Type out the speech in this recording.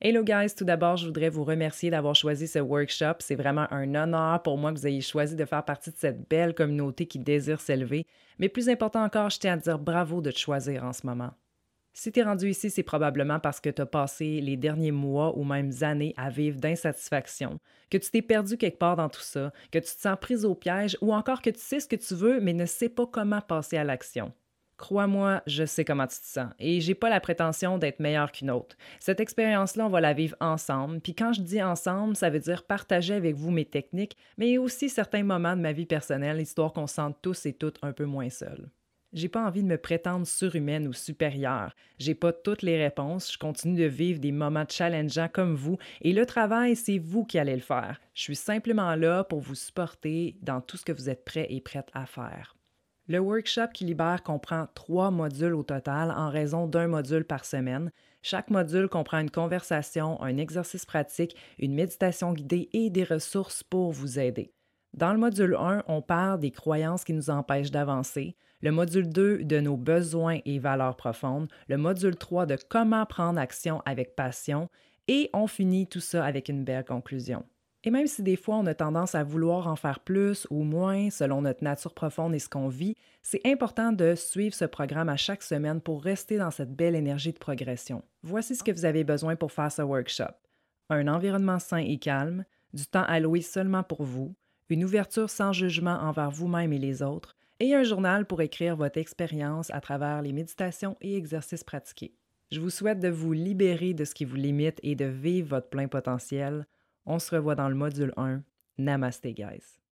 Hello guys, tout d'abord, je voudrais vous remercier d'avoir choisi ce workshop. C'est vraiment un honneur pour moi que vous ayez choisi de faire partie de cette belle communauté qui désire s'élever. Mais plus important encore, je tiens à te dire bravo de te choisir en ce moment. Si tu es rendu ici, c'est probablement parce que tu as passé les derniers mois ou même années à vivre d'insatisfaction, que tu t'es perdu quelque part dans tout ça, que tu te sens prise au piège ou encore que tu sais ce que tu veux mais ne sais pas comment passer à l'action. Crois-moi, je sais comment tu te sens et j'ai pas la prétention d'être meilleure qu'une autre. Cette expérience-là, on va la vivre ensemble. Puis quand je dis ensemble, ça veut dire partager avec vous mes techniques, mais aussi certains moments de ma vie personnelle, histoire qu'on se sente tous et toutes un peu moins seuls. J'ai pas envie de me prétendre surhumaine ou supérieure. J'ai pas toutes les réponses. Je continue de vivre des moments challengeants comme vous. Et le travail, c'est vous qui allez le faire. Je suis simplement là pour vous supporter dans tout ce que vous êtes prêts et prêtes à faire. Le workshop qui libère comprend 3 modules au total en raison d'un module par semaine. Chaque module comprend une conversation, un exercice pratique, une méditation guidée et des ressources pour vous aider. Dans le module 1, on parle des croyances qui nous empêchent d'avancer. Le module 2, de nos besoins et valeurs profondes. Le module 3, de comment prendre action avec passion. Et on finit tout ça avec une belle conclusion. Et même si des fois on a tendance à vouloir en faire plus ou moins selon notre nature profonde et ce qu'on vit, c'est important de suivre ce programme à chaque semaine pour rester dans cette belle énergie de progression. Voici ce que vous avez besoin pour faire ce workshop. Un environnement sain et calme, du temps alloué seulement pour vous, une ouverture sans jugement envers vous-même et les autres, et un journal pour écrire votre expérience à travers les méditations et exercices pratiqués. Je vous souhaite de vous libérer de ce qui vous limite et de vivre votre plein potentiel. On se revoit dans le module 1. Namaste, guys.